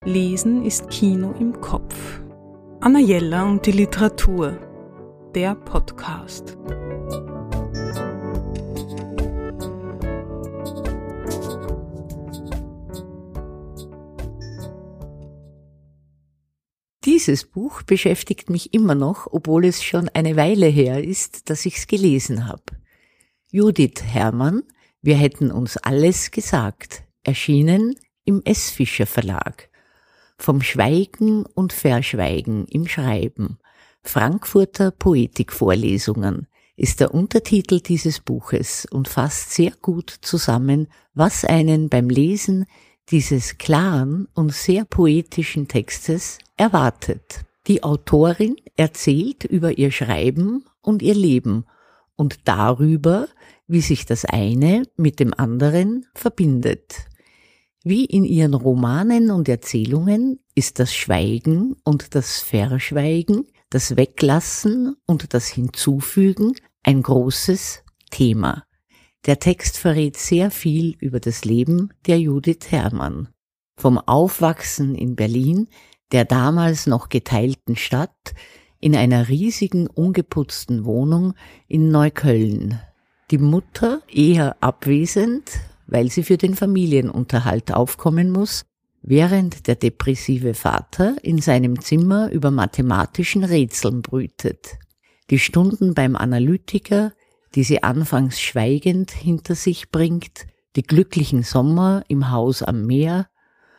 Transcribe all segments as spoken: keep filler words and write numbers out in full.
Lesen ist Kino im Kopf. Anna Jeller und die Literatur. Der Podcast. Dieses Buch beschäftigt mich immer noch, obwohl es schon eine Weile her ist, dass ich's gelesen habe. Judith Hermann, Wir hätten uns alles gesagt, erschienen im S. Fischer Verlag. Vom Schweigen und Verschweigen im Schreiben, Frankfurter Poetikvorlesungen, ist der Untertitel dieses Buches und fasst sehr gut zusammen, was einen beim Lesen dieses klaren und sehr poetischen Textes erwartet. Die Autorin erzählt über ihr Schreiben und ihr Leben und darüber, wie sich das eine mit dem anderen verbindet. Wie in ihren Romanen und Erzählungen ist das Schweigen und das Verschweigen, das Weglassen und das Hinzufügen ein großes Thema. Der Text verrät sehr viel über das Leben der Judith Hermann. Vom Aufwachsen in Berlin, der damals noch geteilten Stadt, in einer riesigen, ungeputzten Wohnung in Neukölln. Die Mutter eher abwesend, weil sie für den Familienunterhalt aufkommen muss, während der depressive Vater in seinem Zimmer über mathematischen Rätseln brütet. Die Stunden beim Analytiker, die sie anfangs schweigend hinter sich bringt, die glücklichen Sommer im Haus am Meer,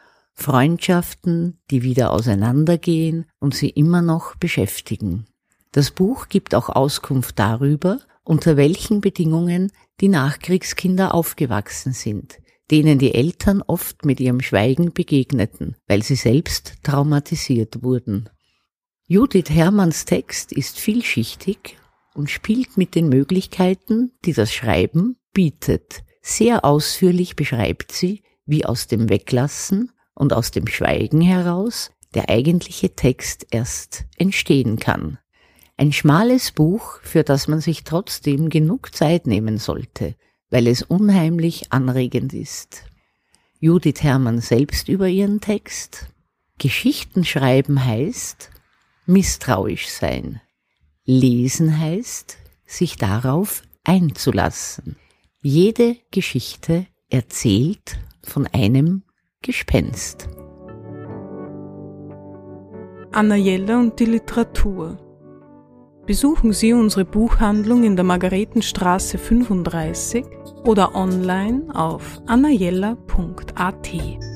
Freundschaften, die wieder auseinandergehen und sie immer noch beschäftigen. Das Buch gibt auch Auskunft darüber, unter welchen Bedingungen die Nachkriegskinder aufgewachsen sind, denen die Eltern oft mit ihrem Schweigen begegneten, weil sie selbst traumatisiert wurden. Judith Hermanns Text ist vielschichtig und spielt mit den Möglichkeiten, die das Schreiben bietet. Sehr ausführlich beschreibt sie, wie aus dem Weglassen und aus dem Schweigen heraus der eigentliche Text erst entstehen kann. Ein schmales Buch, für das man sich trotzdem genug Zeit nehmen sollte, weil es unheimlich anregend ist. Judith Hermann selbst über ihren Text: Geschichten schreiben heißt misstrauisch sein. Lesen heißt, sich darauf einzulassen. Jede Geschichte erzählt von einem Gespenst. Anna Jeller und die Literatur. Besuchen Sie unsere Buchhandlung in der Margaretenstraße fünfunddreißig oder online auf anna jeller punkt a t.